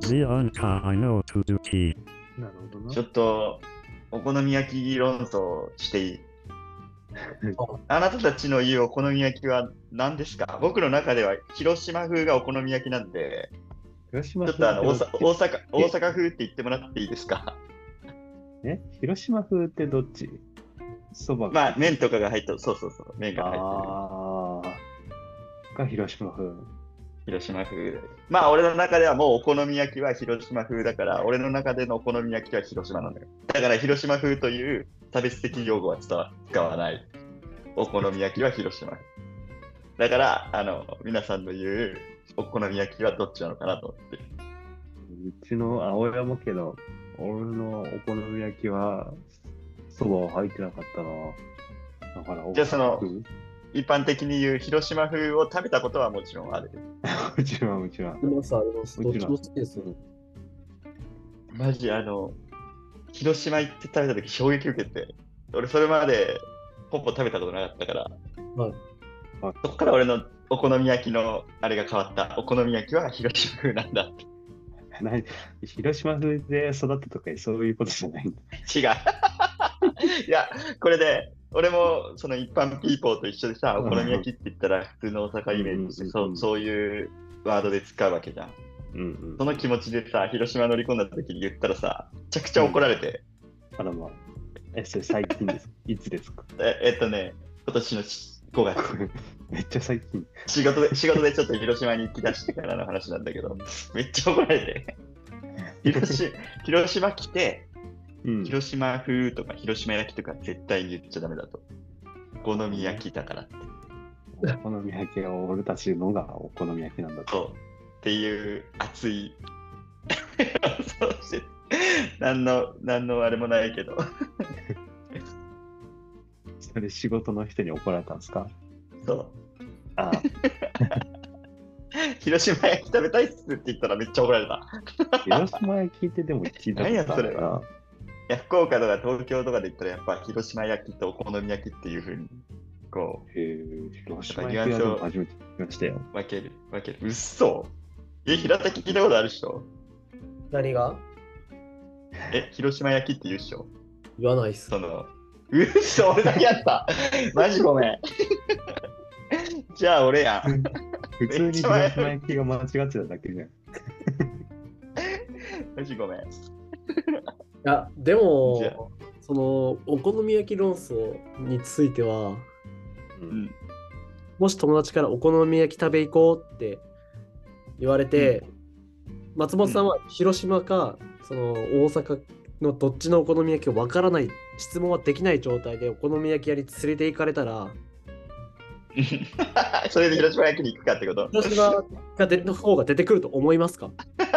Leon I know to do key. なるほどな。 ちょっと、お好み焼き論争していい？あなたたちの言うお好み焼きは何ですか？僕の中では広島風がお好み焼きなんで、 広島ちょっと風大阪風って言ってもらっていいですか？ 広島風ってどっち？そばまあ、麺とかが入った、そう、麺が入ってる。 あーが広島風。 広島風。まあ、俺の中ではもうお好み焼きは広島風だから、俺の中でのお好み焼きは広島なんだよ。だから、広島風という差別的用語は使わない。お好み焼きは広島風。だから、皆さんの言うお好み焼きはどっちなのかなと思って。 うちの青山家の俺のお好み焼きはそばは入ってなかったな。だからじゃあそのも一般的に言う広島風を食べたことはもちろんある。 ちろん。 あります。どっちも好きですよ。 マジ広島行って食べた時衝撃受けて、俺それまでポンポン食べたことなかったから、 はい。 そこから俺のお好み焼きのあれが変わった。お好み焼きは広島風なんだって。 広島風で育ったとかそういうことじゃないんだ。 違う。いや、これで、俺もその一般ピーポーと一緒でさ、お好み焼きって言ったら普通の大阪イメージして、そういうワードで使うわけじゃん。その気持ちでさ、広島乗り込んだ時に言ったらさ、めちゃくちゃ怒られて。 あらまあ。それ最近です。いつですか？ 今年の5月。 めっちゃ最近。 仕事でちょっと広島に行き出してからの話なんだけど、めっちゃ怒られて。広島来て、広島風とか広島焼きとか絶対に言っちゃダメだと。お好み焼きだからって。 お好み焼きは俺たちのがお好み焼きなんだと。 そう。っていう熱い。そうして、何のあれもないけど。 それ仕事の人に怒られたんですか？ そう。 ああ。 広島焼き食べたいっすって言ったらめっちゃ怒られた。 広島焼きってでも聞いたことあるな。 何やそれは。いや、福岡とか東京とかで言ったらやっぱ広島焼きとお好み焼きっていう風にこう。 広島焼きはでも初めて聞きましたよ。 分ける。うっそ。平田聞いたことある人？ 何が？ 広島焼きって言う人？ 言わないっす。 うっそ、俺だけやった。マジごめん。じゃあ俺やん。 普通に広島焼きが間違ってただけじゃん。 マジごめん。いや、でも、そのお好み焼き論争については、もし友達からお好み焼き食べ行こうって言われて、松本さんは広島か、その大阪のどっちのお好み焼きかわからない、質問はできない状態でお好み焼き屋に連れて行かれたら、 それで広島焼きに行くかってこと？ 広島の方が出てくると思いますか？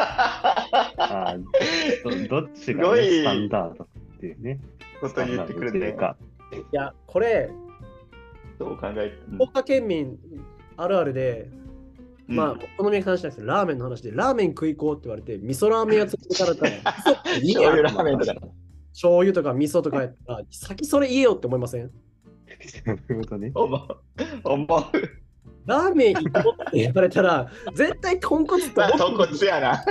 どっちが、スタンダードっていうね。 こと言ってくれて。 いや、これ、 どう考えて福岡県民あるあるで、まあ、お好み焼きの話じゃなくて、ラーメンの話で、ラーメン食い行こうって言われて、味噌ラーメンやつってから醤油ラーメンとか。 醤油とか味噌とかやったら、先それ言えよって思いません？ なるほどね。 思う。 ラーメン行こうって言われたら、絶対豚骨って思豚骨やな。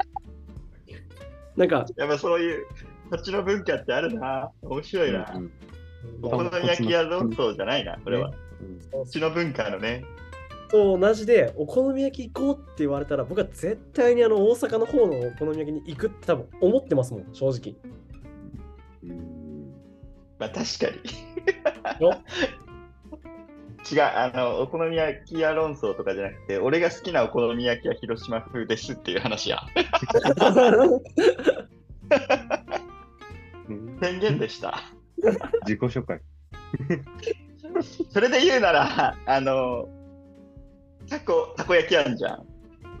なんか、 やっぱそういう、そっちの文化ってあるな。面白いな。お好み焼き屋論争じゃないな、これは。そっちの文化のね。 と同じで、お好み焼き行こうって言われたら、僕は絶対に大阪の方のお好み焼きに行くって多分思ってますもん、正直。 まあ確かに。違う、お好み焼き屋論争とかじゃなくて、俺が好きなお好み焼きは広島風ですっていう話や。宣言でした。 自己紹介。 それで言うなら、たこ焼きあんじゃん。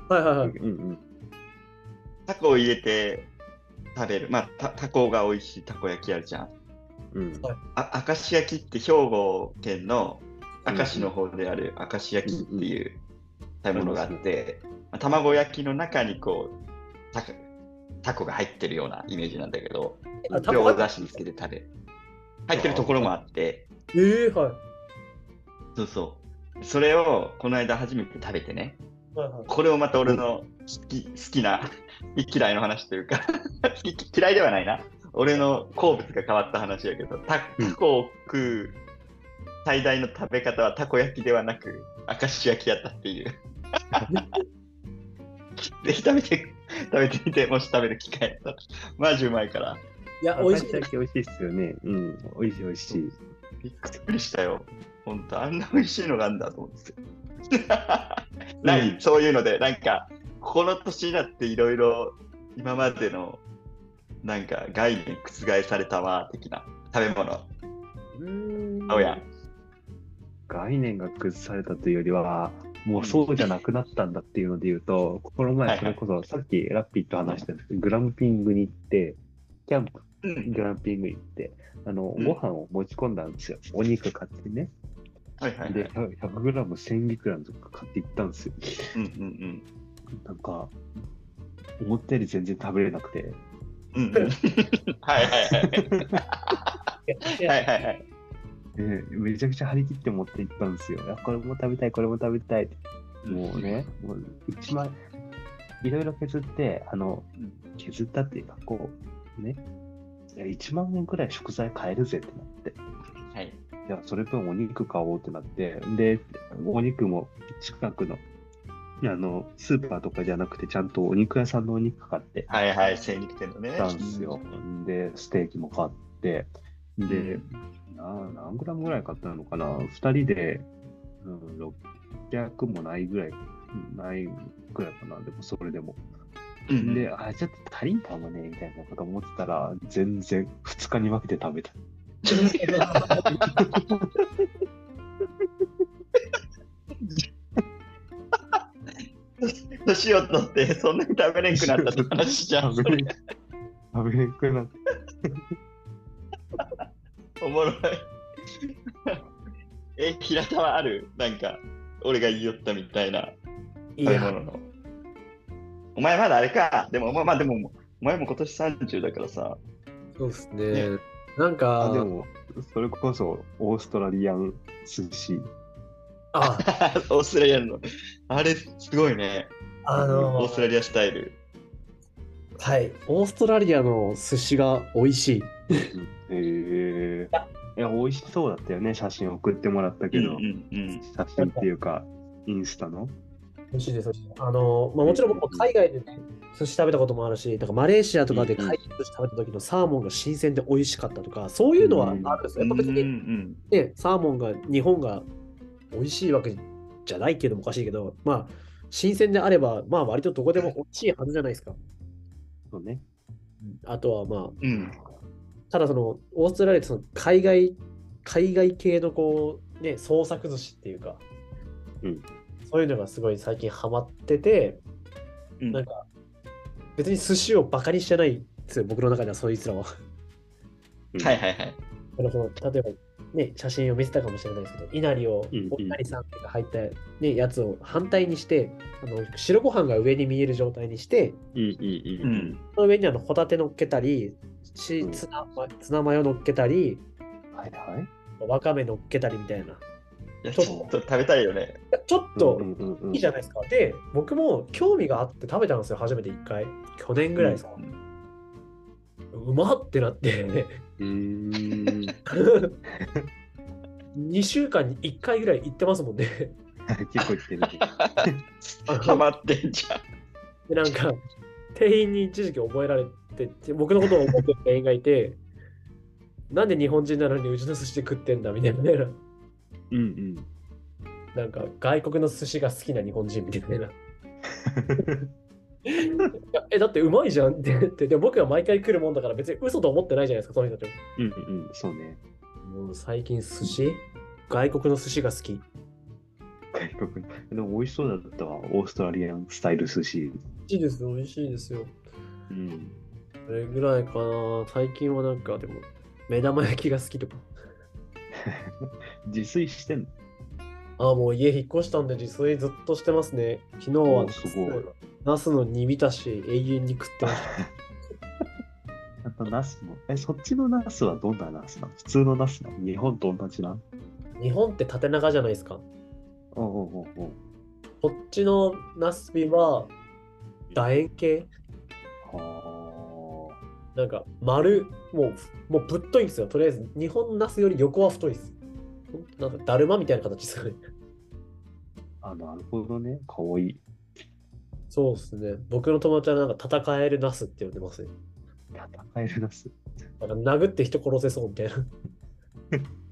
タコを入れて食べる。まあ、タコが美味しいたこ焼きあるじゃん。明石焼きって兵庫県の明石の方である明石焼きっていう食べ物があって、卵焼きの中にこうタコが入ってるようなイメージなんだけど、それをお出汁につけて入ってるところもあって、 はい。 そう。それをこの間初めて食べてね。 これもまた俺の好きな嫌いの話というか嫌いではないな。俺の好物が変わった話やけど、タコを食う最大の食べ方はたこ焼きではなく明石焼きやったっていう。ぜひ食べてみて、もし食べる機会やったら。マジうまいから。 いや、美味しい。 美味しいっすよね。うん、美味しい。 びっくりしたよ。ほんと、あんな美味しいのがあるんだと思って。何、そういうので、なんか、この年になっていろいろ今までのなんか概念覆されたわ、的な食べ物。そうや。 概念が崩されたというよりは、もうそうじゃなくなったんだっていうので言うと、この前それこそさっきラッピーと話したんですけど、グランピングに行って、キャンプ、グランピング行って、ご飯を持ち込んだんですよ。お肉買ってね。で、100g1000 いくらとか買って行ったんですよ。なんか、思ったより全然食べれなくて。めちゃくちゃ張り切って持って行ったんですよ。これも食べたい、これも食べたい。もうね、一番、いろいろ削って、削ったっていうか、こう、ね、1万円くらい食材買えるぜってなって。じゃあ、それ分お肉買おうってなって、で、お肉も近くの、スーパーとかじゃなくて、ちゃんとお肉屋さんのお肉買って。 精肉店のね。 たんですよ。で、ステーキも買って、で、何グラムぐらい買ったのかな ?2 人で、600もないぐらいかな。でも、それでも。で、ちょっと足りんかもね、みたいなこと思ってたら、全然2日に分けて食べた。 年を取ってそんなに食べれんくなったって話じゃん。 食べれんくなった。 おもろい。平田はある？なんか、俺が言いよったみたいな食べ物の。お前まだあれか。でも、お前も今年30だからさ。 そうですね。なんか、 でも、それこそオーストラリアン寿司。 オーストラリアの。あれ、すごいね。オーストラリアスタイル。 はい。オーストラリアの寿司が美味しい。 いや、美味しそうだったよね。写真送ってもらったけど。写真っていうか、インスタの。 美味しいです。もちろん僕も海外でね、寿司食べたこともあるし、マレーシアとかで海外寿司食べた時のサーモンが新鮮で美味しかったとか、そういうのはあるんですよ。やっぱ別に、ね、サーモンが日本が美味しいわけじゃないけどもおかしいけど、新鮮であれば、割とどこでも美味しいはずじゃないですか。 そうね。 あとはただオーストラリアって海外系の創作寿司っていうか、そういうのがすごい最近ハマってて、なんか別に寿司をバカにしてないんですよ、僕の中ではそいつらは。例えばね、写真を見せたかもしれないですけど、稲荷を、稲荷さんって入った、ね、やつを反対にして、白ご飯が上に見える状態にして、その上にホタテ乗っけたり、ツナマヨ乗っけたり、わかめ乗っけたりみたいな。 ちょっと食べたいよね。 ちょっといいじゃないですか。で、僕も興味があって食べたんですよ、初めて1回。去年ぐらいですか。うまってなって。2週間に1回ぐらい行ってますもんね。 結構行ってる。 ハマってんじゃん。 で、なんか、店員に一時期覚えられて、僕のことを思ってる店員がいて、なんで日本人なのにうちの寿司で食ってんだみたいな。なんか、外国の寿司が好きな日本人みたいな。だってうまいじゃんって言って、で僕が毎回来るもんだから別に嘘と思ってないじゃないですか、その人たちも。 そうね。 もう最近外国の寿司が好き。 外国でも美味しそうだったわ、オーストラリアンスタイル寿司。 美味しいですよ、美味しいですよ。それぐらいかな。最近はなんかでも、目玉焼きが好きとか。 自炊してんの？もう家引っ越したんで自炊ずっとしてますね。昨日はナスの煮浸し永遠に食ってました。 ナスのそっちのナスはどんなナスなの？普通のナスなの？日本と同じなの？ 日本って縦長じゃないですか。 こっちのナスビは楕円形。なんか丸、もうぶっといんですよ。とりあえず、日本のナスより横は太いです。なんかだるまみたいな形ですよね。 なるほどね。かわいい。 そうですね。僕の友達はなんか戦えるナスって呼んでますね。 戦えるナス。 なんか殴って人殺せそうみたいな。